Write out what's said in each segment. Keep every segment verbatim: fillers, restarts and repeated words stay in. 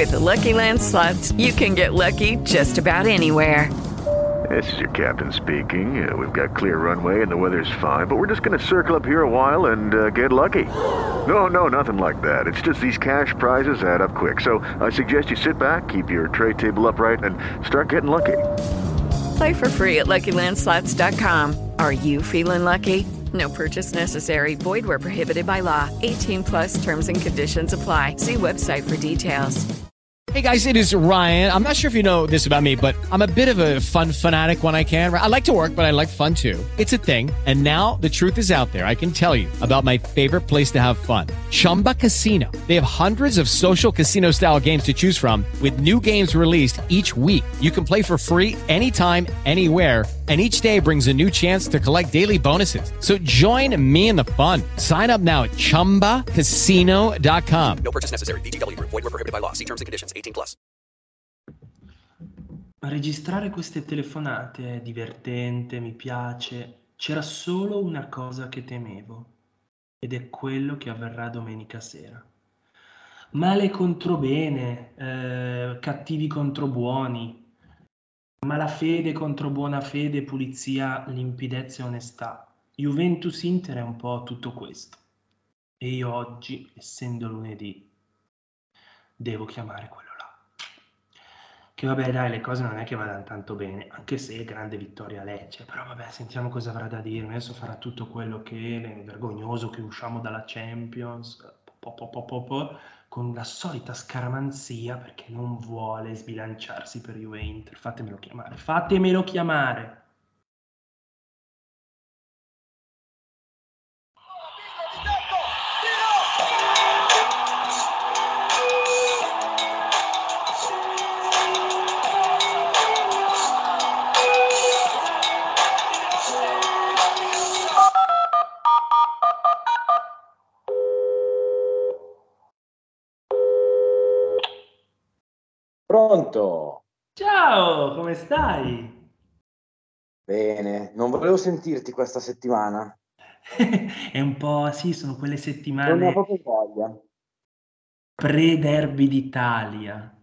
With the Lucky Land Slots, you can get lucky just about anywhere. This is your captain speaking. Uh, we've got clear runway and the weather's fine, but we're just going to circle up here a while and uh, get lucky. No, no, nothing like that. It's just these cash prizes add up quick. So I suggest you sit back, keep your tray table upright, and start getting lucky. Play for free at Lucky Land Slots dot com. Are you feeling lucky? No purchase necessary. Void where prohibited by law. eighteen plus terms and conditions apply. See website for details. Hey guys, it is Ryan. I'm not sure if you know this about me, but I'm a bit of a fun fanatic when I can. I like to work, but I like fun too. It's a thing. And now the truth is out there. I can tell you about my favorite place to have fun. Chumba Casino. They have hundreds of social casino style games to choose from with new games released each week. You can play for free anytime, anywhere. And each day brings a new chance to collect daily bonuses. So join me in the fun. Sign up now at chumba casino dot com. No purchase necessary. V G W Group. Void where prohibited by law. See terms and conditions. eighteen plus. Registrare queste telefonate è divertente, mi piace. C'era solo una cosa che temevo, ed è quello che avverrà domenica sera. Male contro bene, eh, cattivi contro buoni, malafede contro buona fede, pulizia, limpidezza e onestà. Juventus-Inter è un po' tutto questo. E io oggi, essendo lunedì, devo chiamare quello là. Che vabbè dai, le cose non è che vadano tanto bene, anche se grande vittoria a Lecce, però vabbè, sentiamo cosa avrà da dirmi. Adesso farà tutto quello che è vergognoso, che usciamo dalla Champions, po, po, po, po, po, con la solita scaramanzia, perché non vuole sbilanciarsi per Juve Inter. Fatemelo chiamare, fatemelo chiamare. Pronto? Ciao, come stai? Bene, non volevo sentirti questa settimana. È un po', sì, sono quelle Non ne ho settimane proprio voglia. pre-derby d'Italia.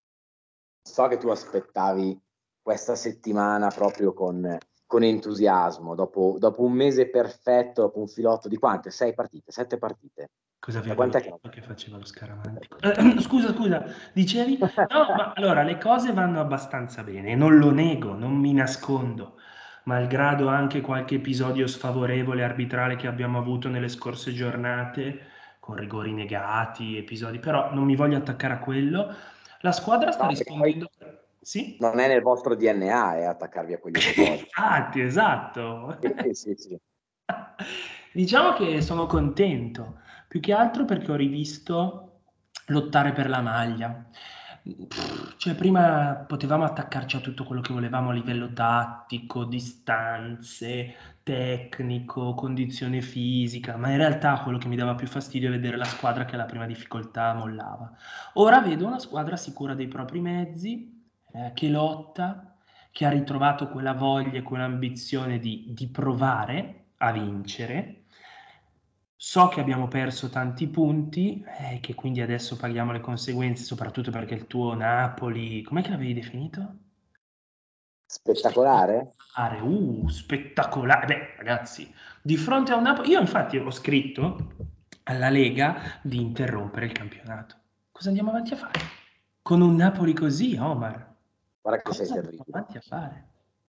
So che tu aspettavi questa settimana proprio con, con entusiasmo, dopo, dopo un mese perfetto, dopo un filotto di quante? Sei partite? Sette partite? Cosa vi Da avevo quant'è che detto che faceva lo scaramantico? Eh, scusa, scusa, dicevi? No, ma allora le cose vanno abbastanza bene, non lo nego, non mi nascondo, malgrado anche qualche episodio sfavorevole arbitrale che abbiamo avuto nelle scorse giornate, con rigori negati, episodi, però non mi voglio attaccare a quello. La squadra sta No, perché poi rispondendo. Sì? non è nel vostro D N A eh, attaccarvi a quegli episodi. Infatti, esatto. Sì, sì, sì. Diciamo che sono contento, più che altro perché ho rivisto lottare per la maglia. Pff, Cioè, prima potevamo attaccarci a tutto quello che volevamo a livello tattico, distanze, tecnico, condizione fisica, ma in realtà quello che mi dava più fastidio è vedere la squadra che alla prima difficoltà mollava. Ora vedo una squadra sicura dei propri mezzi, eh, che lotta, che ha ritrovato quella voglia e quell'ambizione di, di provare a vincere. So che abbiamo perso tanti punti e che quindi adesso paghiamo le conseguenze, soprattutto perché il tuo Napoli, com'è che l'avevi definito? Spettacolare? Spettacolare, uh, spettacolare. Beh, ragazzi, di fronte a un Napoli, io infatti ho scritto alla Lega di interrompere il campionato. Cosa andiamo avanti a fare? Con un Napoli così, Omar? Guarda che Cosa sei andiamo terribile. avanti a fare?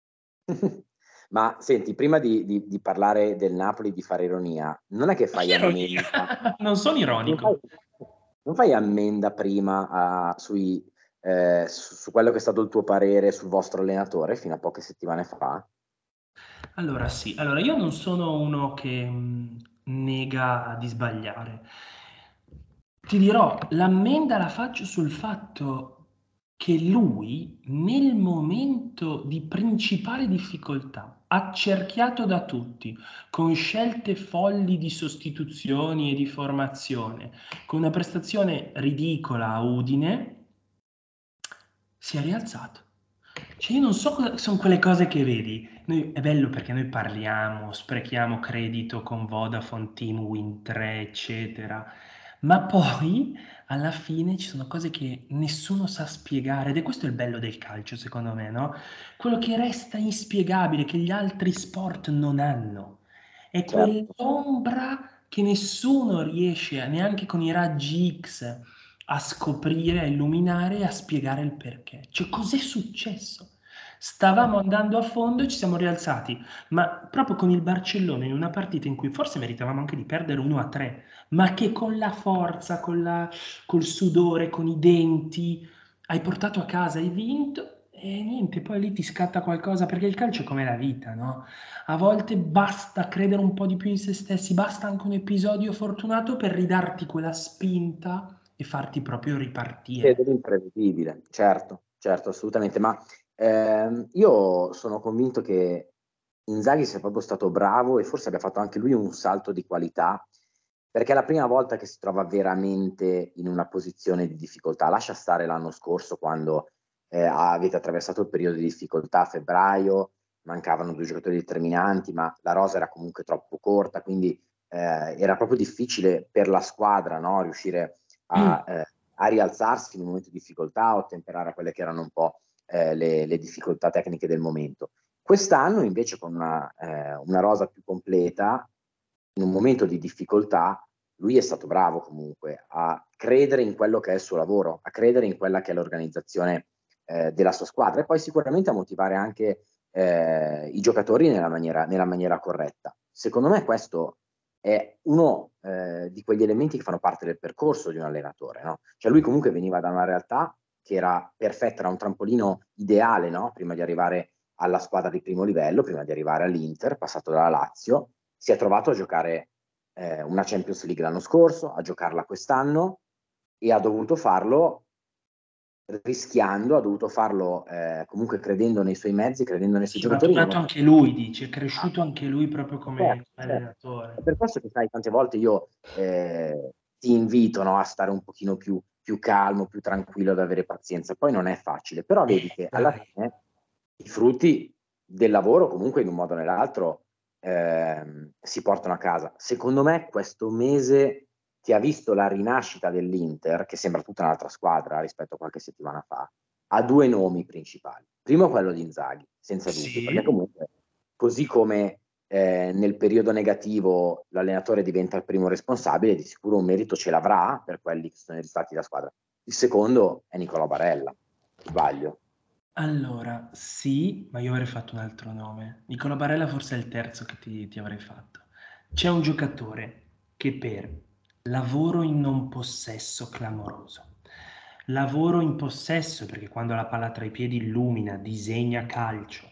Ma senti, prima di, di- di parlare del Napoli, di fare ironia, non è che fai Ironia. ammenda, Non sono non ironico. fai, non fai ammenda prima a- sui, eh, su, su quello che è stato il tuo parere sul vostro allenatore fino a poche settimane fa? Allora sì, allora io non sono uno che mh, nega di sbagliare. Ti dirò, l'ammenda la faccio sul fatto che lui, nel momento di principale difficoltà, accerchiato da tutti, con scelte folli di sostituzioni e di formazione, con una prestazione ridicola a Udine, si è rialzato. Cioè io non so cosa sono quelle cose che vedi. Noi, è bello perché noi parliamo, sprechiamo credito con Vodafone, Team, Win tre, eccetera. Ma poi alla fine ci sono cose che nessuno sa spiegare ed è questo il bello del calcio, secondo me, no? Quello che resta inspiegabile, che gli altri sport non hanno, è Certo. quell'ombra che nessuno riesce, a- neanche con i raggi X, a scoprire, a illuminare e a spiegare il perché. Cioè, cos'è successo? Stavamo andando a fondo e ci siamo rialzati, ma proprio con il Barcellona in una partita in cui forse meritavamo anche di perdere uno a tre, ma che con la forza, con la, col sudore, con i denti, hai portato a casa, hai vinto e niente, poi lì ti scatta qualcosa, perché il calcio è come la vita, no? A volte basta credere un po' di più in se stessi, basta anche un episodio fortunato per ridarti quella spinta e farti proprio ripartire. Credo l'imprevedibile, certo, certo, assolutamente, ma ehm, io sono convinto che Inzaghi sia proprio stato bravo e forse abbia fatto anche lui un salto di qualità, perché è la prima volta che si trova veramente in una posizione di difficoltà. Lascia stare l'anno scorso quando eh, avete attraversato il periodo di difficoltà a febbraio, mancavano due giocatori determinanti, ma la rosa era comunque troppo corta, quindi eh, era proprio difficile per la squadra, no, riuscire a... eh, a rialzarsi in un momento di difficoltà, a ottemperare a quelle che erano un po' eh, le, le difficoltà tecniche del momento. Quest'anno invece con una, eh, una rosa più completa, in un momento di difficoltà, lui è stato bravo comunque a credere in quello che è il suo lavoro, a credere in quella che è l'organizzazione eh, della sua squadra e poi sicuramente a motivare anche eh, i giocatori nella maniera, nella maniera corretta. Secondo me questo è uno eh, di quegli elementi che fanno parte del percorso di un allenatore, no? Cioè lui comunque veniva da una realtà che era perfetta, era un trampolino ideale, no? Prima di arrivare alla squadra di primo livello, prima di arrivare all'Inter, passato dalla Lazio, si è trovato a giocare eh, una Champions League l'anno scorso, a giocarla quest'anno e ha dovuto farlo rischiando, ha dovuto farlo eh, comunque credendo nei suoi mezzi, credendo nei Si suoi è giocatori. maturato anche lui, dice, è Ah, cresciuto anche lui proprio come certo, certo. allenatore. È per questo che sai, tante volte io eh, ti invito, no, a stare un pochino più, più calmo, più tranquillo, ad avere pazienza. Poi non è facile, però vedi Eh, che alla dai. fine i frutti del lavoro comunque in un modo o nell'altro ehm, si portano a casa. Secondo me questo mese ti ha visto la rinascita dell'Inter, che sembra tutta un'altra squadra rispetto a qualche settimana fa, ha due nomi principali. Primo quello di Inzaghi, senza dubbio, perché Sì, comunque così come eh, nel periodo negativo l'allenatore diventa il primo responsabile, di sicuro un merito ce l'avrà per quelli che sono i risultati della squadra. Il secondo è Nicolò Barella, sbaglio. allora, sì, ma io avrei fatto un altro nome. Nicola Barella forse è il terzo che ti, ti avrei fatto. C'è un giocatore che per lavoro in non possesso clamoroso, lavoro in possesso perché quando ha la palla tra i piedi illumina, disegna calcio,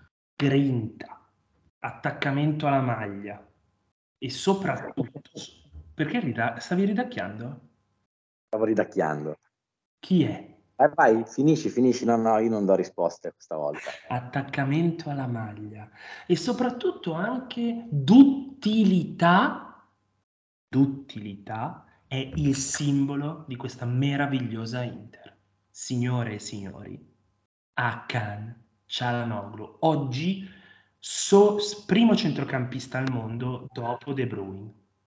grinta, attaccamento alla maglia e soprattutto, perché rida- stavi ridacchiando? Stavo ridacchiando. Chi è? Eh, vai, finisci, finisci. No, no, io non do risposte questa volta. Attaccamento alla maglia e soprattutto anche duttilità, duttilità è il simbolo di questa meravigliosa Inter. Signore e signori, Hakan Çalhanoğlu, oggi so, primo centrocampista al mondo dopo De Bruyne.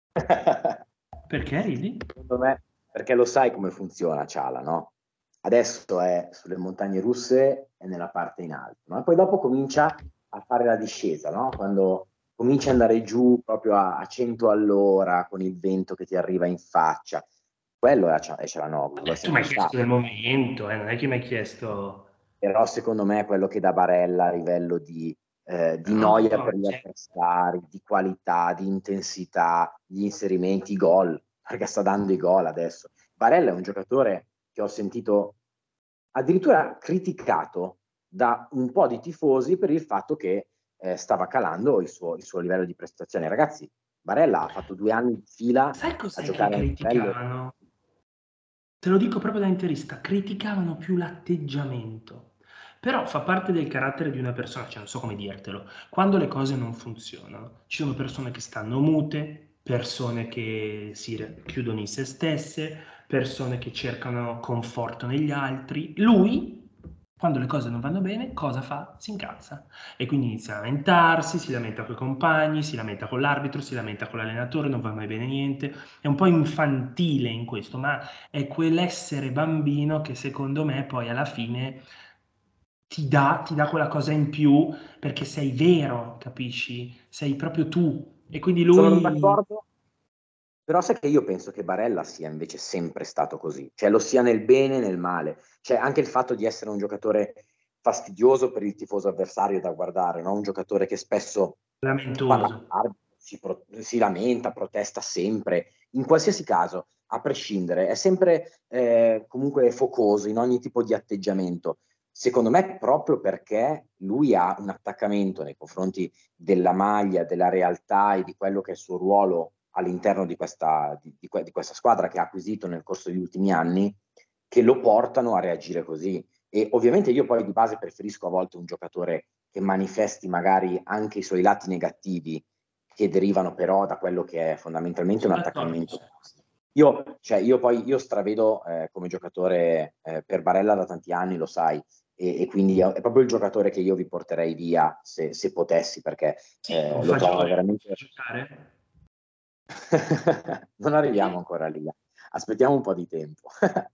Perché ridi? Secondo me, perché lo sai come funziona Ciala, no? Adesso è sulle montagne russe e nella parte in alto, no? E poi dopo comincia a fare la discesa, no? Quando comincia ad andare giù proprio a, a cento all'ora con il vento che ti arriva in faccia. Quello è, è Çalhanoğlu, lo è Eh, tu mi sempre hai chiesto del stato. momento, eh, non è che mi hai chiesto... Però secondo me è quello che dà Barella a livello di, eh, di No, noia per gli cioè, avversari, di qualità, di intensità, gli inserimenti, i gol, perché sta dando i gol adesso. Barella è un giocatore che ho sentito addirittura criticato da un po' di tifosi per il fatto che eh, stava calando il suo, il suo livello di prestazione. Ragazzi, Barella ha fatto due anni di fila sai a cos'è che giocare a un livello... criticavano? Te lo dico proprio da interista, criticavano più l'atteggiamment. Però fa parte del carattere di una persona, cioè non so come dirtelo. Quando le cose non funzionano, ci sono persone che stanno mute, persone che si re- chiudono in se stesse, persone che cercano conforto negli altri. Lui Quando le cose non vanno bene, cosa fa? Si incazza. E quindi inizia a lamentarsi, si lamenta coi compagni, si lamenta con l'arbitro, si lamenta con l'allenatore, non va mai bene niente. È un po' infantile in questo, ma è quell'essere bambino che secondo me poi alla fine ti dà, ti dà quella cosa in più perché sei vero, capisci? Sei proprio tu. E quindi Sono lui... d'accordo, però sai che io penso che Barella sia invece sempre stato così, cioè lo sia nel bene e nel male, cioè anche il fatto di essere un giocatore fastidioso per il tifoso avversario da guardare, no? Un giocatore che spesso parla lamentoso. con l'arbitro, si, pro- si lamenta, protesta sempre, in qualsiasi caso, a prescindere, è sempre eh, comunque focoso in ogni tipo di atteggiamento. Secondo me proprio perché lui ha un attaccamento nei confronti della maglia, della realtà e di quello che è il suo ruolo all'interno di questa, di, di, di questa squadra che ha acquisito nel corso degli ultimi anni, che lo portano a reagire così. E ovviamente io poi di base preferisco a volte un giocatore che manifesti magari anche i suoi lati negativi, che derivano però da quello che è fondamentalmente un Sono d'accordo. attaccamento. Io, cioè, io poi io stravedo eh, come giocatore eh, per Barella da tanti anni, lo sai, e, e quindi è proprio il giocatore che io vi porterei via se, se potessi, perché Sì, eh, con lo trovo Fagioli veramente... giocare? Non arriviamo ancora lì, aspettiamo un po' di tempo.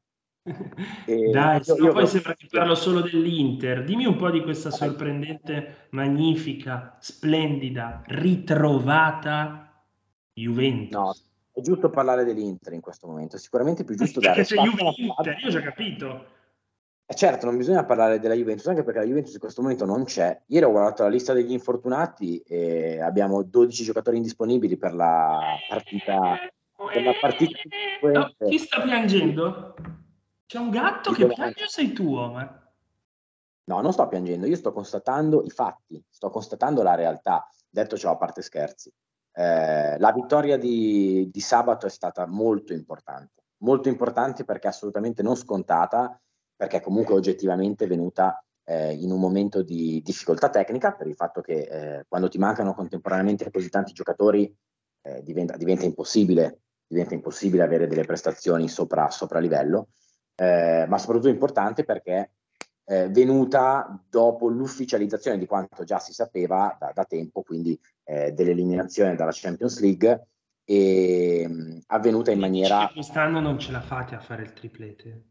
E Dai, io, sennò io poi proprio- sembra che parlo solo dell'Inter. Dimmi un po' di questa dai, sorprendente, magnifica, splendida, ritrovata no, Juventus. è giusto parlare dell'Inter in questo momento, è sicuramente più giusto Perché dare sei spazio alla squadra. Juve-Inter, io ho già capito. E certo, non bisogna parlare della Juventus, anche perché la Juventus in questo momento non c'è. Ieri ho guardato la lista degli infortunati e abbiamo dodici giocatori indisponibili per la partita, per la partita Oh, chi subsequente sta piangendo? C'è un gatto di che domani. piange o sei tu, Omar? No, non sto piangendo, io sto constatando i fatti, sto constatando la realtà. Detto ciò, a parte scherzi, eh, la vittoria di, di sabato è stata molto importante, molto importante perché assolutamente non scontata, perché comunque oggettivamente è venuta eh, in un momento di difficoltà tecnica, per il fatto che eh, quando ti mancano contemporaneamente così tanti giocatori eh, diventa, diventa impossibile, diventa impossibile avere delle prestazioni sopra, sopra livello, eh, ma soprattutto importante perché eh, venuta dopo l'ufficializzazione di quanto già si sapeva da, da tempo, quindi eh, dell'eliminazione dalla Champions League, e mh, avvenuta in Mi dici che maniera... quest'anno non ce la fate a fare il triplete?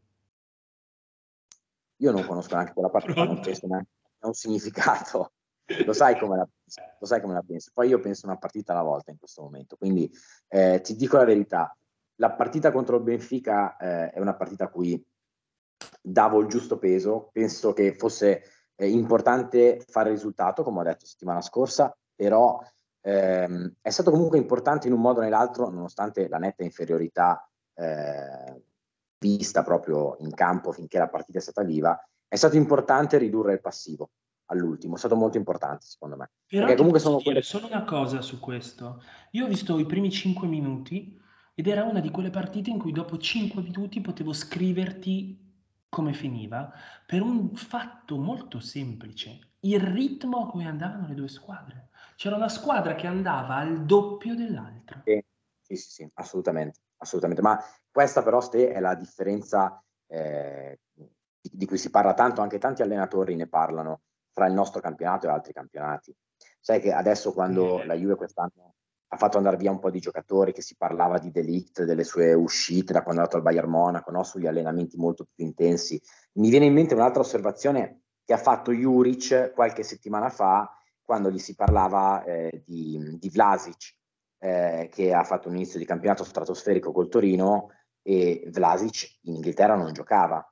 Io non conosco neanche quella partita, non Pronto? penso neanche ha un significato. Lo sai come la penso, lo sai come la penso. Poi io penso una partita alla volta in questo momento, quindi eh, ti dico la verità, la partita contro il Benfica eh, è una partita a cui davo il giusto peso, penso che fosse eh, importante fare il risultato, come ho detto settimana scorsa, però ehm, è stato comunque importante in un modo o nell'altro, nonostante la netta inferiorità eh, vista proprio in campo finché la partita è stata viva, è stato importante ridurre il passivo all'ultimo, è stato molto importante secondo me, Però perché ti comunque posso sono dire quelle... solo una cosa su questo. Io ho visto i primi cinque minuti ed era una di quelle partite in cui dopo cinque minuti potevo scriverti come finiva per un fatto molto semplice, il ritmo a cui andavano le due squadre. C'era una squadra che andava al doppio dell'altra. Sì, sì, sì, sì, assolutamente, assolutamente. Ma questa però, Ste, è la differenza eh, di, di cui si parla tanto, anche tanti allenatori ne parlano, fra il nostro campionato e altri campionati. Sai che adesso quando la Juve quest'anno ha fatto andare via un po' di giocatori, che si parlava di De Ligt, delle sue uscite da quando è andato al Bayern Monaco, no? Sugli allenamenti molto più intensi, mi viene in mente un'altra osservazione che ha fatto Juric qualche settimana fa, quando gli si parlava eh, di, di Vlasic, eh, che ha fatto un inizio di campionato stratosferico col Torino, e Vlasic in Inghilterra non giocava.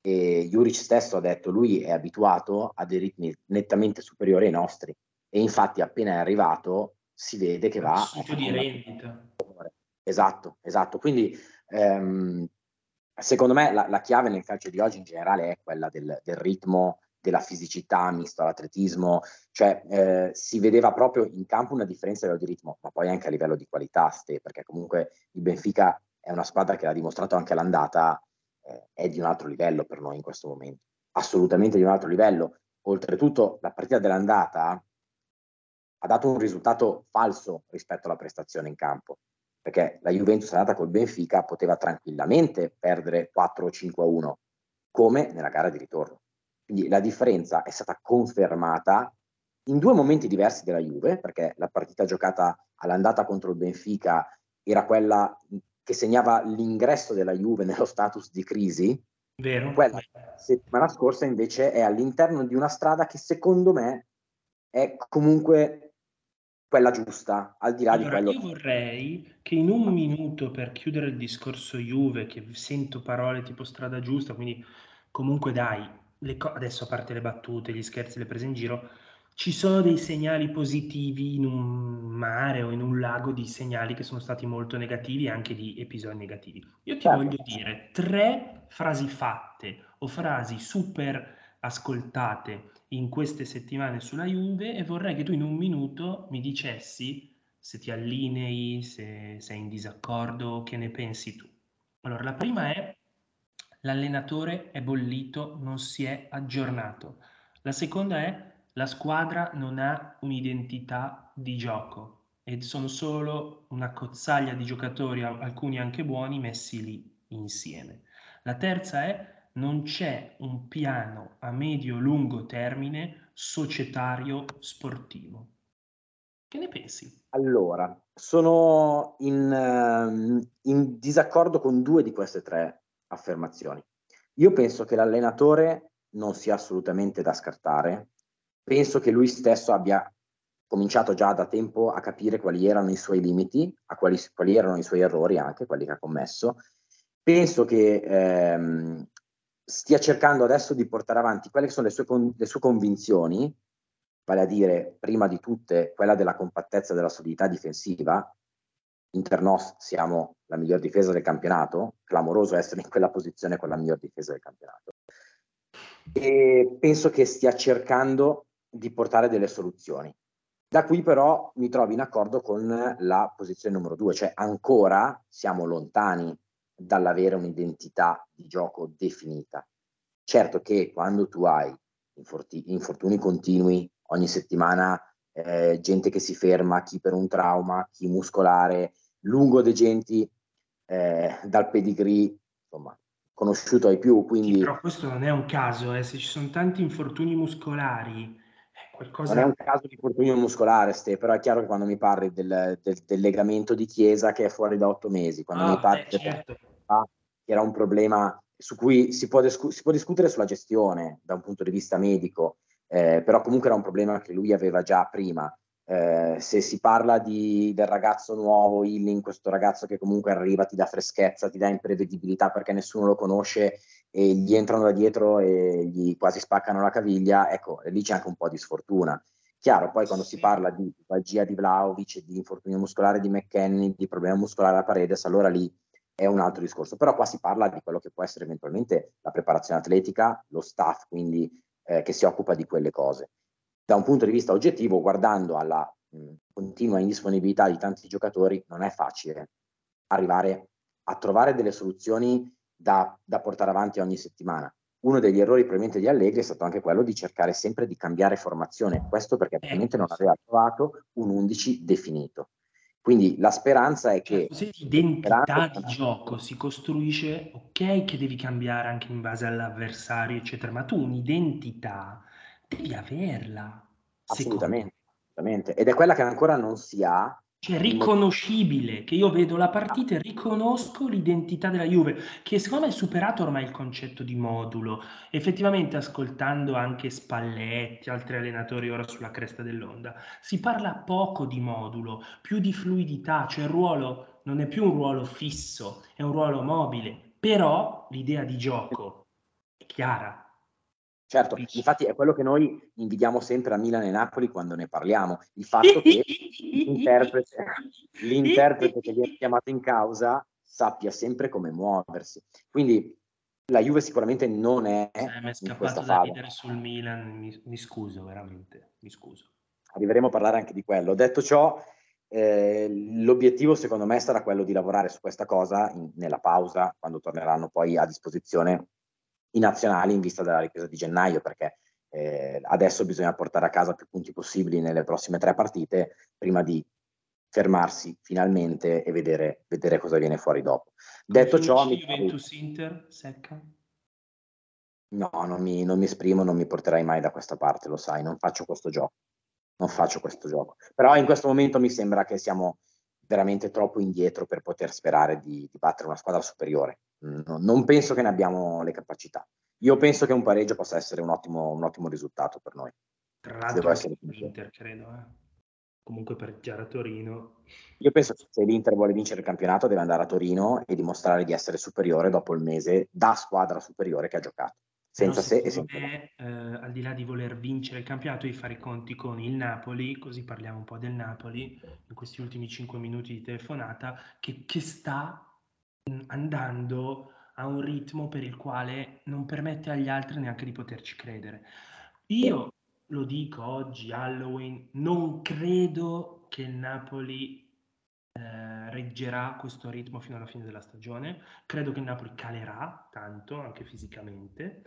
E Juric stesso ha detto lui è abituato a dei ritmi nettamente superiori ai nostri, e infatti appena è arrivato si vede che Ha va vissuto eh, di con una... rendita. Esatto, esatto. Quindi ehm, secondo me la, la chiave nel calcio di oggi in generale è quella del, del ritmo, della fisicità misto all'atletismo, cioè eh, si vedeva proprio in campo una differenza a livello di ritmo, ma poi anche a livello di qualità, Ste, perché comunque il Benfica è una squadra che l'ha dimostrato anche all'andata, eh, è di un altro livello per noi in questo momento, assolutamente di un altro livello. Oltretutto la partita dell'andata ha dato un risultato falso rispetto alla prestazione in campo, perché la Juventus è andata col Benfica, poteva tranquillamente perdere quattro o cinque a uno, come nella gara di ritorno. Quindi la differenza è stata confermata in due momenti diversi della Juve, perché la partita giocata all'andata contro il Benfica era quella che segnava l'ingresso della Juve nello status di crisi. Vero? Quella settimana scorsa invece è all'interno di una strada che secondo me è comunque quella giusta, al di là Allora, di quello io vorrei che in un minuto, per chiudere il discorso Juve, che sento parole tipo strada giusta, quindi comunque dai, le co- adesso a parte le battute, gli scherzi, le prese in giro, ci sono dei segnali positivi in un mare o in un lago di segnali che sono stati molto negativi e anche di episodi negativi. Io ti certo. voglio dire tre frasi fatte o frasi super ascoltate in queste settimane sulla Juve e vorrei che tu in un minuto mi dicessi se ti allinei, se sei in disaccordo, che ne pensi tu. Allora, la prima è l'allenatore è bollito, non si è aggiornato. La seconda è la squadra non ha un'identità di gioco e sono solo una cozzaglia di giocatori, alcuni anche buoni, messi lì insieme. La terza è non c'è un piano a medio-lungo termine societario sportivo. Che ne pensi? Allora, sono in, ehm, in disaccordo con due di queste tre affermazioni. Io penso che l'allenatore non sia assolutamente da scartare. Penso che lui stesso abbia cominciato già da tempo a capire quali erano i suoi limiti, a quali, quali erano i suoi errori, anche quelli che ha commesso. Penso che ehm, stia cercando adesso di portare avanti quelle che sono le sue, con- le sue convinzioni, vale a dire, prima di tutte, quella della compattezza e della solidità difensiva. Inter nos siamo la miglior difesa del campionato, clamoroso essere in quella posizione con la miglior difesa del campionato. E penso che stia cercando di portare delle soluzioni. Da qui però mi trovo in accordo con la posizione numero due, cioè ancora siamo lontani dall'avere un'identità di gioco definita. Certo che quando tu hai infortuni, infortuni continui ogni settimana, eh, gente che si ferma, chi per un trauma, chi muscolare, lungo degenti eh, dal pedigree, insomma, conosciuto ai più, Sì, quindi però questo non è un caso, eh. Se ci sono tanti infortuni muscolari, è non è un qualcosa... caso di infortunio muscolare, Ste, però è chiaro che quando mi parli del, del- del legamento di Chiesa che è fuori da otto mesi, quando mi Ah, parli beh, del certo. che era un problema su cui si può, discu- si può discutere sulla gestione da un punto di vista medico, eh, però comunque era un problema che lui aveva già prima. Eh, se si parla di, del ragazzo nuovo, Illing, questo ragazzo che comunque arriva, ti dà freschezza, ti dà imprevedibilità perché nessuno lo conosce e gli entrano da dietro e gli quasi spaccano la caviglia, ecco, lì c'è anche un po' di sfortuna. Chiaro, poi quando si Sì. parla di pubalgia di Vlahovic, di infortunio muscolare di McKennie, di problema muscolare a Paredes, allora lì è un altro discorso. Però qua si parla di quello che può essere eventualmente la preparazione atletica, lo staff quindi eh, che si occupa di quelle cose. Da un punto di vista oggettivo, guardando alla mh, continua indisponibilità di tanti giocatori, non è facile arrivare a trovare delle soluzioni da, da portare avanti ogni settimana. Uno degli errori probabilmente di Allegri è stato anche quello di cercare sempre di cambiare formazione, questo perché probabilmente Ecco, non sì. aveva trovato un undici definito. Quindi la speranza è Cioè, che, così sperando l'identità che di gioco si costruisce, ok, che devi cambiare anche in base all'avversario, eccetera, ma tu un'identità devi averla, secondo me. assolutamente, assolutamente, ed è quella che ancora non si ha. Cioè Il motivo riconoscibile, che io vedo la partita e riconosco l'identità della Juve, che secondo me è superato ormai il concetto di modulo. Effettivamente, ascoltando anche Spalletti, altri allenatori ora sulla cresta dell'onda, si parla poco di modulo, più di fluidità, cioè il ruolo non è più un ruolo fisso, è un ruolo mobile, però l'idea di gioco è chiara, Certo, capisci? infatti è quello che noi invidiamo sempre a Milan e Napoli quando ne parliamo, il fatto che l'interprete, l'interprete che viene chiamato in causa sappia sempre come muoversi. Quindi la Juve sicuramente non è Se mi è in questa scappato da fase. ridere sul Milan, mi, mi scuso veramente, mi scuso. Arriveremo a parlare anche di quello. Detto ciò, eh, l'obiettivo secondo me sarà quello di lavorare su questa cosa in, nella pausa, quando torneranno poi a disposizione i nazionali in vista della ripresa di gennaio, perché eh, adesso bisogna portare a casa più punti possibili nelle prossime tre partite prima di fermarsi finalmente e vedere, vedere cosa viene fuori dopo. Come Detto ciò, finisce mi trovi Juventus-Inter? Secca? No, non mi, non mi esprimo, non mi porterai mai da questa parte, lo sai, non faccio questo gioco, non faccio questo gioco. Però in questo momento mi sembra che siamo veramente troppo indietro per poter sperare di, di battere una squadra superiore. Mm, no- non penso che ne abbiamo le capacità. Io penso che un pareggio possa essere un ottimo, un ottimo risultato per noi. Tra Se l'altro devo anche essere per sincero. l'Inter, credo. Eh. Comunque pareggiare a Torino. Io penso che se l'Inter vuole vincere il campionato deve andare a Torino e dimostrare di essere superiore dopo il mese da squadra superiore che ha giocato, Però senza se e secondo senza ma. me, eh, al di là di voler vincere il campionato, di fare i conti con il Napoli, così parliamo un po' del Napoli, in questi ultimi cinque minuti di telefonata, che, che sta mh, andando a un ritmo per il quale non permette agli altri neanche di poterci credere. Io lo dico oggi, Halloween, non credo che il Napoli eh, reggerà questo ritmo fino alla fine della stagione. Credo che il Napoli calerà tanto, anche fisicamente,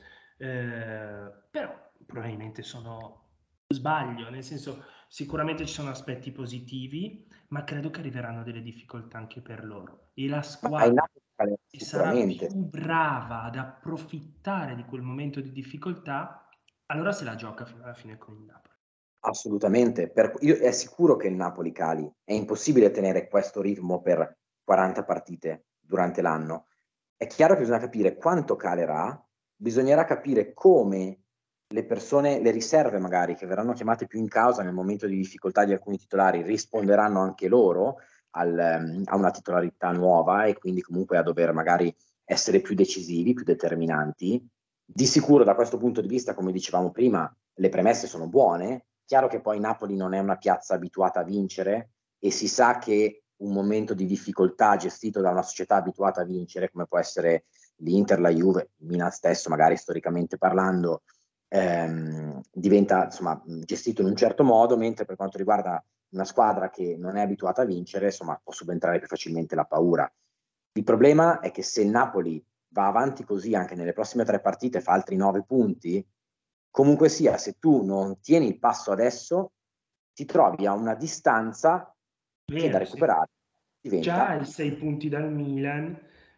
eh, però probabilmente sono sbaglio, nel senso sicuramente ci sono aspetti positivi, ma credo che arriveranno delle difficoltà anche per loro. E la Ma il squadra Napoli cade che sarà sicuramente. più brava ad approfittare di quel momento di difficoltà, allora se la gioca fino alla fine con il Napoli. Assolutamente. Per- io, è sicuro che il Napoli cali. È impossibile tenere questo ritmo per quaranta partite durante l'anno. È chiaro che bisogna capire quanto calerà, bisognerà capire come le persone, le riserve magari che verranno chiamate più in causa nel momento di difficoltà di alcuni titolari risponderanno anche loro al, ehm, a una titolarità nuova e quindi comunque a dover magari essere più decisivi, più determinanti. Di sicuro da questo punto di vista, come dicevamo prima, le premesse sono buone. Chiaro che poi Napoli non è una piazza abituata a vincere e si sa che un momento di difficoltà gestito da una società abituata a vincere, come può essere l'Inter, la Juve, il Milan stesso, magari storicamente parlando, ehm, diventa insomma gestito in un certo modo, mentre per quanto riguarda una squadra che non è abituata a vincere, insomma, può subentrare più facilmente la paura. Il problema è che se il Napoli va avanti così anche nelle prossime tre partite, fa altri nove punti, comunque sia, se tu non tieni il passo adesso, ti trovi a una distanza che da Vero, sì. recuperare Già diventa hai sei punti dal Milan.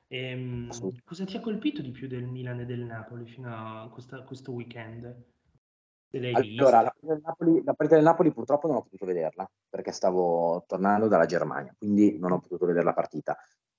Ehm, assolutamente. cosa ti ha colpito di più del Milan e del Napoli fino a questa- questo weekend? Se l'hai Allora, visto? la partita del Napoli, la partita del Napoli purtroppo non ho potuto vederla perché stavo tornando dalla Germania, quindi non ho potuto vedere la partita.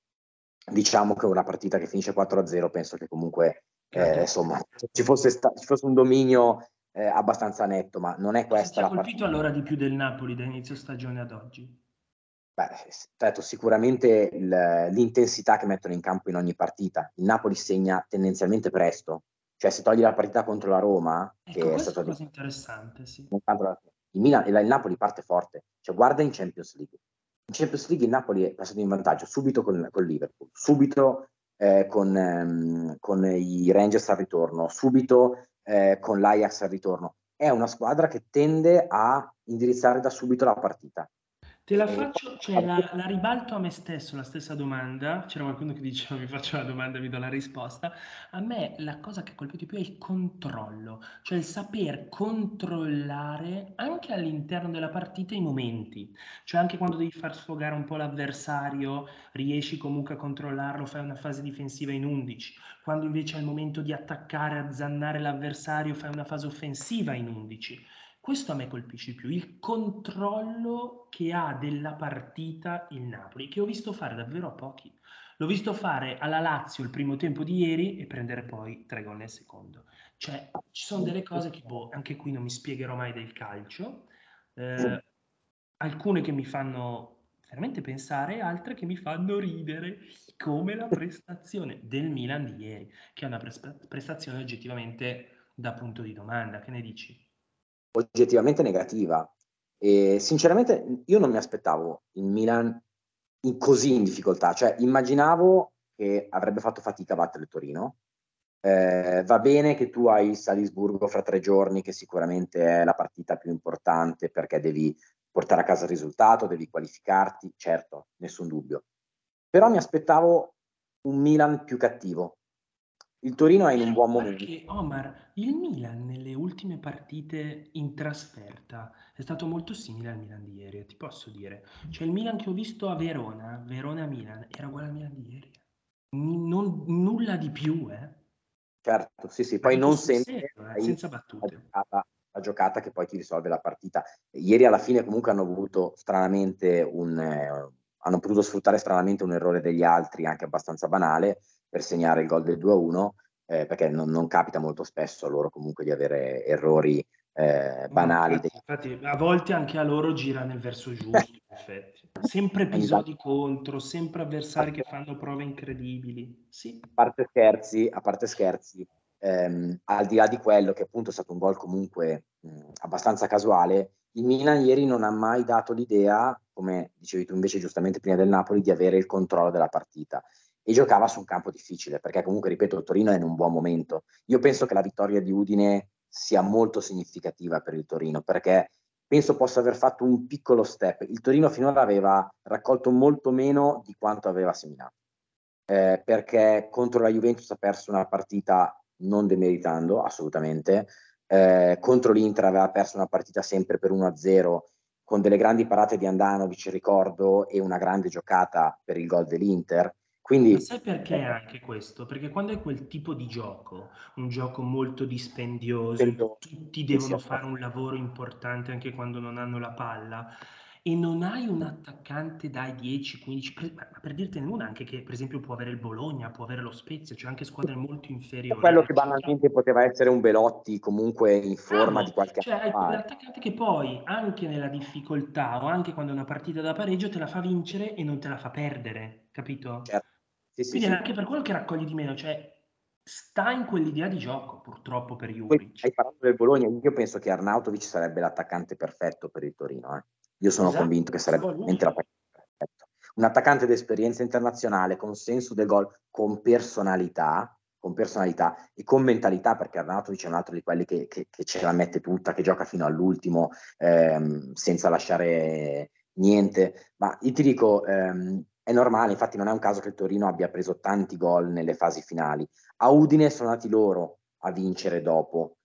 Diciamo che una partita che finisce quattro a zero, penso che comunque eh, Capi- insomma ci fosse, sta- ci fosse un dominio eh, abbastanza netto, ma non è Cosa ti questa ha la colpito partita. allora di più del Napoli da inizio stagione ad oggi? Beh, certo, sicuramente il- l'intensità che mettono in campo in ogni partita. Il Napoli segna tendenzialmente presto, cioè se togli la partita contro la Roma, Ecco, che è questa è stata una cosa interessante, sì. non tanto la- il, Milan, il Napoli parte forte, cioè guarda in Champions League. In Champions League il Napoli è passato in vantaggio subito con, con Liverpool, subito eh, con, ehm, con i Rangers al ritorno, subito eh, con l'Ajax al ritorno. È una squadra che tende a indirizzare da subito la partita. Te la E faccio, cioè la, la ribalto a me stesso la stessa domanda. C'era qualcuno che diceva mi faccio la domanda e vi do la risposta. A me la cosa che ha colpito di più è il controllo, cioè il saper controllare anche all'interno della partita i momenti. Cioè anche quando devi far sfogare un po' l'avversario, riesci comunque a controllarlo, fai una fase difensiva in undici. Quando invece è il momento di attaccare, azzannare l'avversario, fai una fase offensiva in undici. Questo a me colpisce di più, il controllo che ha della partita il Napoli, che ho visto fare davvero a pochi. L'ho visto fare alla Lazio il primo tempo di ieri e prendere poi tre gol nel secondo. Cioè, ci sono delle cose che, boh, anche qui non mi spiegherò mai del calcio, eh, alcune che mi fanno veramente pensare, altre che mi fanno ridere, come la prestazione del Milan di ieri, che è una pres- prestazione oggettivamente da punto di domanda. Che ne dici? oggettivamente negativa. E sinceramente io non mi aspettavo il Milan in- così in difficoltà, cioè immaginavo che avrebbe fatto fatica a battere il Torino. Eh, va bene che tu hai il Salisburgo fra tre giorni, che sicuramente è la partita più importante perché devi portare a casa il risultato, devi qualificarti, certo, nessun dubbio. Però mi aspettavo un Milan più cattivo. Il Torino è in un Però buon guarda momento. che Omar, il Milan nelle ultime partite in trasferta è stato molto simile al Milan di ieri, eh, ti posso dire. Cioè il Milan che ho visto a Verona, Verona-Milan, era uguale al Milan di ieri. N- non- nulla di più, eh. Certo, sì, sì, Ma poi dico non sul sempre serio, eh, hai senza la battute. giocata, la giocata che poi ti risolve la partita. Ieri alla fine comunque hanno avuto stranamente un... eh, hanno potuto sfruttare stranamente un errore degli altri, anche abbastanza banale, per segnare il gol del due a uno, eh, perché non, non capita molto spesso a loro comunque di avere errori eh, No, banali. infatti, infatti, a volte anche a loro gira nel verso giusto, in effetti. Sempre Ogni tanto, episodi contro, sempre avversari che a fanno prove incredibili. Sì. parte scherzi, a parte scherzi, ehm, al di là di quello che appunto è stato un gol comunque mh, abbastanza casuale, il Milan ieri non ha mai dato l'idea, come dicevi tu invece giustamente prima del Napoli, di avere il controllo della partita e giocava su un campo difficile, perché comunque, ripeto, il Torino è in un buon momento. Io penso che la vittoria di Udine sia molto significativa per il Torino, perché penso possa aver fatto un piccolo step. Il Torino finora aveva raccolto molto meno di quanto aveva seminato, eh, perché contro la Juventus ha perso una partita non demeritando, assolutamente. Eh, contro l'Inter aveva perso una partita sempre per uno a zero, con delle grandi parate di Andanovic, ricordo, e una grande giocata per il gol dell'Inter. Ma Quindi sai perché anche questo? Perché quando è quel tipo di gioco, un gioco molto dispendioso, in cui credo tutti che sia devono fare stato un lavoro importante anche quando non hanno la palla, e non hai un attaccante dai dieci quindici, per, ma per dirtene una anche che per esempio può avere il Bologna, può avere lo Spezia, cioè anche squadre molto inferiori, quello che che c'entra. banalmente poteva essere un Belotti comunque in forma di Bravo, qualche cioè anno hai fa. quell'attaccante che poi anche nella difficoltà o anche quando è una partita da pareggio te la fa vincere e non te la fa perdere, capito? Certo. Sì, sì, Quindi è sì. anche per quello che raccogli di meno, cioè sta in quell'idea di gioco, purtroppo per Poi Juric. hai parlato del Bologna, io penso che Arnautovic sarebbe l'attaccante perfetto per il Torino. Eh. Io sono Esatto, convinto che sarebbe pensavo a veramente lui. l'attaccante perfetto. Un attaccante d'esperienza internazionale, con senso del gol, con personalità, con personalità e con mentalità, perché Arnautovic è un altro di quelli che, che, che ce la mette tutta, che gioca fino all'ultimo, ehm, senza lasciare niente. Ma io ti dico, ehm, è normale, infatti non è un caso che il Torino abbia preso tanti gol nelle fasi finali. A Udine sono nati loro a vincere dopo,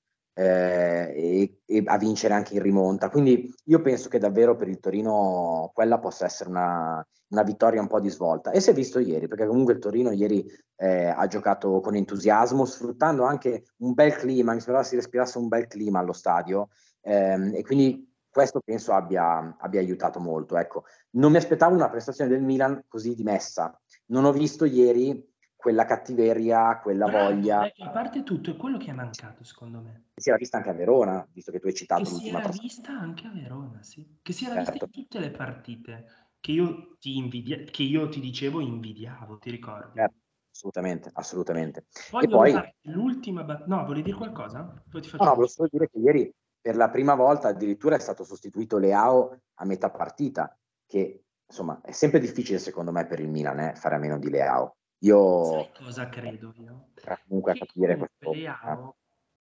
eh, e, e a vincere anche in rimonta. Quindi io penso che davvero per il Torino quella possa essere una, una vittoria un po' di svolta. E si è visto ieri, perché comunque il Torino ieri eh, ha giocato con entusiasmo, sfruttando anche un bel clima, mi sembrava si respirasse un bel clima allo stadio, ehm, e quindi questo penso abbia, abbia aiutato molto. Ecco. Non mi aspettavo una prestazione del Milan così dimessa. Non ho visto ieri quella cattiveria, quella Bravo, voglia. ecco, a parte tutto, è quello che è mancato secondo me. Si era vista anche a Verona, visto che tu hai Che citato si l'ultima era trasferta. vista anche a Verona, sì. Che si era vista Certo, in tutte le partite. Che io ti invidia- che io ti dicevo invidiavo, ti ricordi? certo, assolutamente, assolutamente. E Voglio poi, rubare l'ultima bat- no, volevi dire qualcosa? Poi ti no, faccio no, una volevo solo dire che ieri per la prima volta addirittura è stato sostituito Leao a metà partita, che insomma è sempre difficile secondo me per il Milan eh, fare a meno di Leao. Sai Io cosa credo io? comunque a Che capire comunque questo. eh. Leao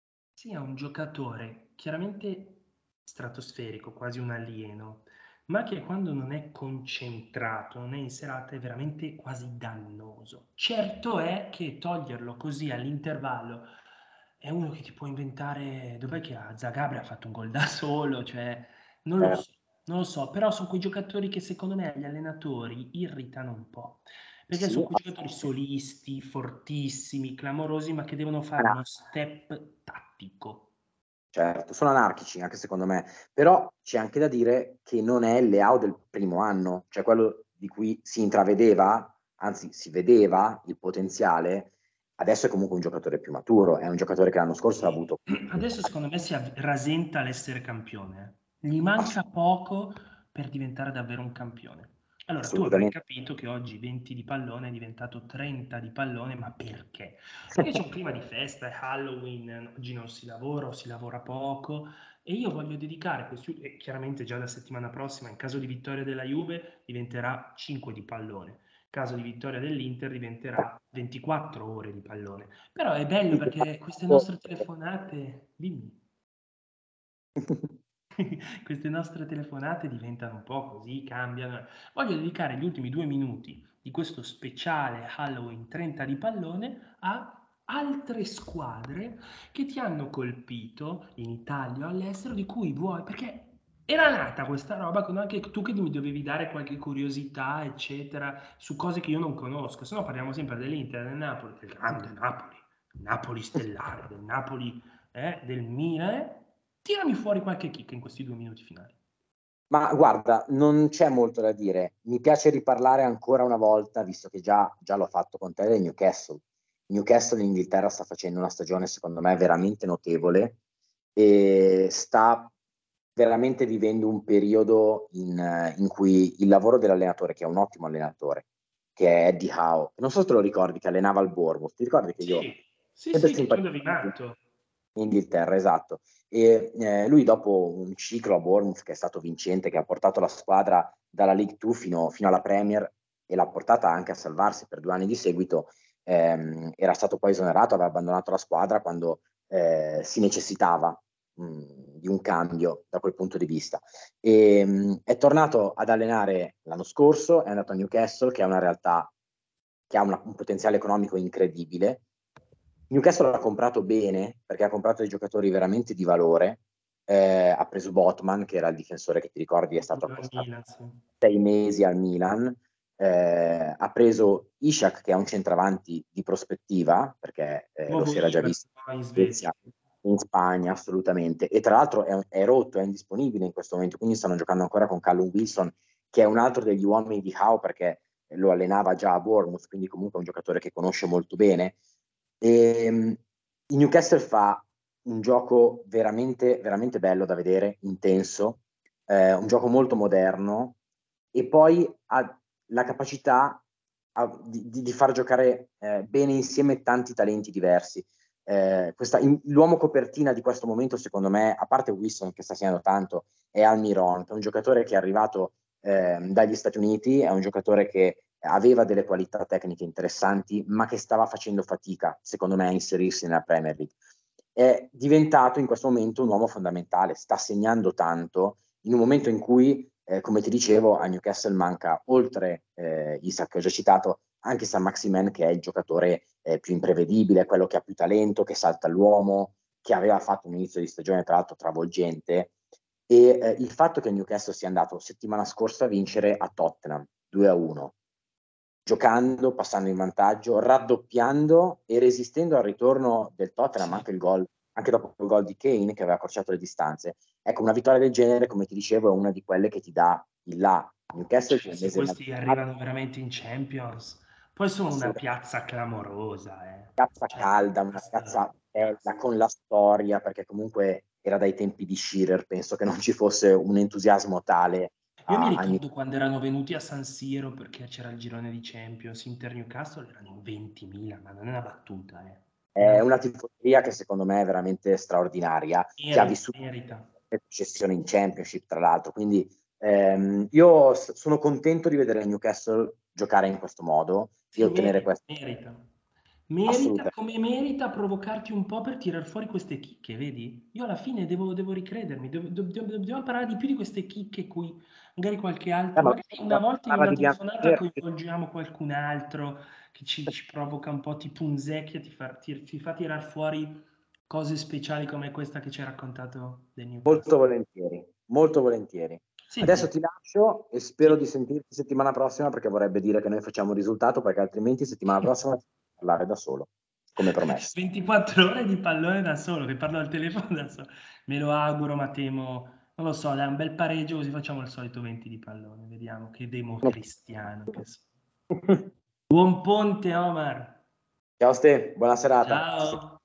sia un giocatore chiaramente stratosferico, quasi un alieno, ma che quando non è concentrato, non è in serata, è veramente quasi dannoso. Certo è che toglierlo così all'intervallo è uno che ti può inventare, dov'è che ha? Zagabria ha fatto un gol da solo, cioè non lo Eh, so, non lo so, però sono quei giocatori che secondo me agli allenatori irritano un po'. Perché sì, sono quei giocatori solisti, fortissimi, clamorosi, ma che devono fare uno assolutamente. step tattico. Certo, sono anarchici anche secondo me, però c'è anche da dire che non è il Leao del primo anno, cioè quello di cui si intravedeva, anzi si vedeva il potenziale, adesso è comunque un giocatore più maturo, è un giocatore che l'anno scorso ha Sì. avuto Adesso secondo me si av- rasenta l'essere campione. eh. Gli manca ass- poco per diventare davvero un campione. Allora, tu avrai assolutamente. capito che oggi venti di pallone è diventato trenta di pallone, ma perché? Perché c'è un clima di festa, è Halloween, oggi non si lavora o si lavora poco e io voglio dedicare questi, e chiaramente già la settimana prossima, in caso di vittoria della Juve, diventerà cinque di pallone. In caso di vittoria dell'Inter diventerà ventiquattro ore di pallone. Però è bello Sì, perché queste nostre telefonate, dimmi, queste nostre telefonate diventano un po' così, cambiano. Voglio dedicare gli ultimi due minuti di questo speciale Halloween trenta di pallone a altre squadre che ti hanno colpito in Italia o all'estero, di cui vuoi, perché era nata questa roba con anche tu che mi dovevi dare qualche curiosità, eccetera, su cose che io non conosco, se no parliamo sempre dell'Inter, del Napoli, del grande Napoli. Napoli stellare, del Napoli, eh, del Milan, eh, tirami fuori qualche chicca in questi due minuti finali. Ma guarda, non c'è molto da dire. Mi piace riparlare ancora una volta, visto che già, già l'ho fatto con te, del Newcastle. Newcastle in Inghilterra sta facendo una stagione, secondo me, veramente notevole e sta veramente vivendo un periodo in, in cui il lavoro dell'allenatore, che è un ottimo allenatore, che è Eddie Howe, non so se te lo ricordi, che allenava il Bournemouth, ti ricordi che io Sì, sì, sempre sì, che tu simpatizzato andavi matto. in Inghilterra, esatto. E eh, lui dopo un ciclo a Bournemouth che è stato vincente, che ha portato la squadra dalla League due fino, fino alla Premier e l'ha portata anche a salvarsi per due anni di seguito, ehm, era stato poi esonerato, aveva abbandonato la squadra quando eh, si necessitava mh, di un cambio da quel punto di vista. E, mh, è tornato ad allenare l'anno scorso, è andato a Newcastle, che è una realtà che ha una, un potenziale economico incredibile. Newcastle l'ha comprato bene perché ha comprato dei giocatori veramente di valore. Eh, ha preso Botman, che era il difensore che ti ricordi è stato acquistato Milan, sì. sei mesi al Milan. Eh, ha preso Ishak, che è un centravanti di prospettiva, perché eh, lo Nuovo si era già Ibra visto in in Svezia. Svezia, in Spagna, assolutamente. E tra l'altro è, è rotto, è indisponibile in questo momento, quindi stanno giocando ancora con Callum Wilson, che è un altro degli uomini di Howe perché lo allenava già a Bournemouth, quindi comunque è un giocatore che conosce molto bene. E, il Newcastle fa un gioco veramente, veramente bello da vedere, intenso, eh, un gioco molto moderno e poi ha la capacità a, di, di, far giocare eh, bene insieme tanti talenti diversi. Eh, questa, in, l'uomo copertina di questo momento, secondo me, a parte Wilson che sta segnando tanto, è Almiron, che è un giocatore che è arrivato eh, dagli Stati Uniti, è un giocatore che aveva delle qualità tecniche interessanti, ma che stava facendo fatica, secondo me, a inserirsi nella Premier League. È diventato in questo momento un uomo fondamentale, sta segnando tanto in un momento in cui, eh, come ti dicevo, a Newcastle manca, oltre eh, Isaac che ho già citato, anche San Maximin, che è il giocatore eh, più imprevedibile, quello che ha più talento, che salta all'uomo, che aveva fatto un inizio di stagione tra l'altro travolgente. E eh, il fatto che il Newcastle sia andato settimana scorsa a vincere a Tottenham due a uno, giocando, passando in vantaggio, raddoppiando e resistendo al ritorno del Tottenham, anche il gol, anche dopo il gol di Kane che aveva accorciato le distanze. Ecco, una vittoria del genere, come ti dicevo, è una di quelle che ti dà il là. Newcastle Cioè, se mese questi arrivano veramente in Champions, poi sono una piazza clamorosa. Eh. piazza Cioè, calda, una piazza bella, con la storia, perché comunque era dai tempi di Shearer, penso che non ci fosse un entusiasmo tale. Io mi A, a ricordo quando erano venuti a San Siro perché c'era il girone di Champions, Inter Newcastle erano in ventimila, ma non è una battuta. Eh. È una tifoseria che secondo me è veramente straordinaria, che ha Merita, vissuto merita. successione in Championship, tra l'altro. Quindi ehm, io s- sono contento di vedere il Newcastle giocare in questo modo e Sì, ottenere merita, questo. merita. Merita Assolutamente. come merita provocarti un po' per tirar fuori queste chicche, vedi? Io alla fine devo, devo ricredermi, devo- do- do- dobbiamo parlare di più di queste chicche qui, magari qualche Eh, altro, ma magari una volta in parla una di telefonata bianconero. coinvolgiamo qualcun altro che ci, ci provoca un po', tipo un Zecchia, ti fa, ti, ti fa tirar fuori cose speciali come questa che ci hai raccontato del Newcastle. Molto volentieri, molto volentieri. Adesso Senti, ti lascio e spero sì, di sentirti settimana prossima perché vorrebbe dire che noi facciamo un risultato, perché altrimenti settimana prossima ti devo parlare da solo, come promesso. ventiquattro ore di pallone da solo, che parlo al telefono da solo. Me lo auguro, ma temo, non lo so, dai, un bel pareggio così facciamo il solito venti di pallone, vediamo che democristiano che sono. Buon ponte, Omar. Ciao Ste, buona serata. Ci sentiamo. Ciao.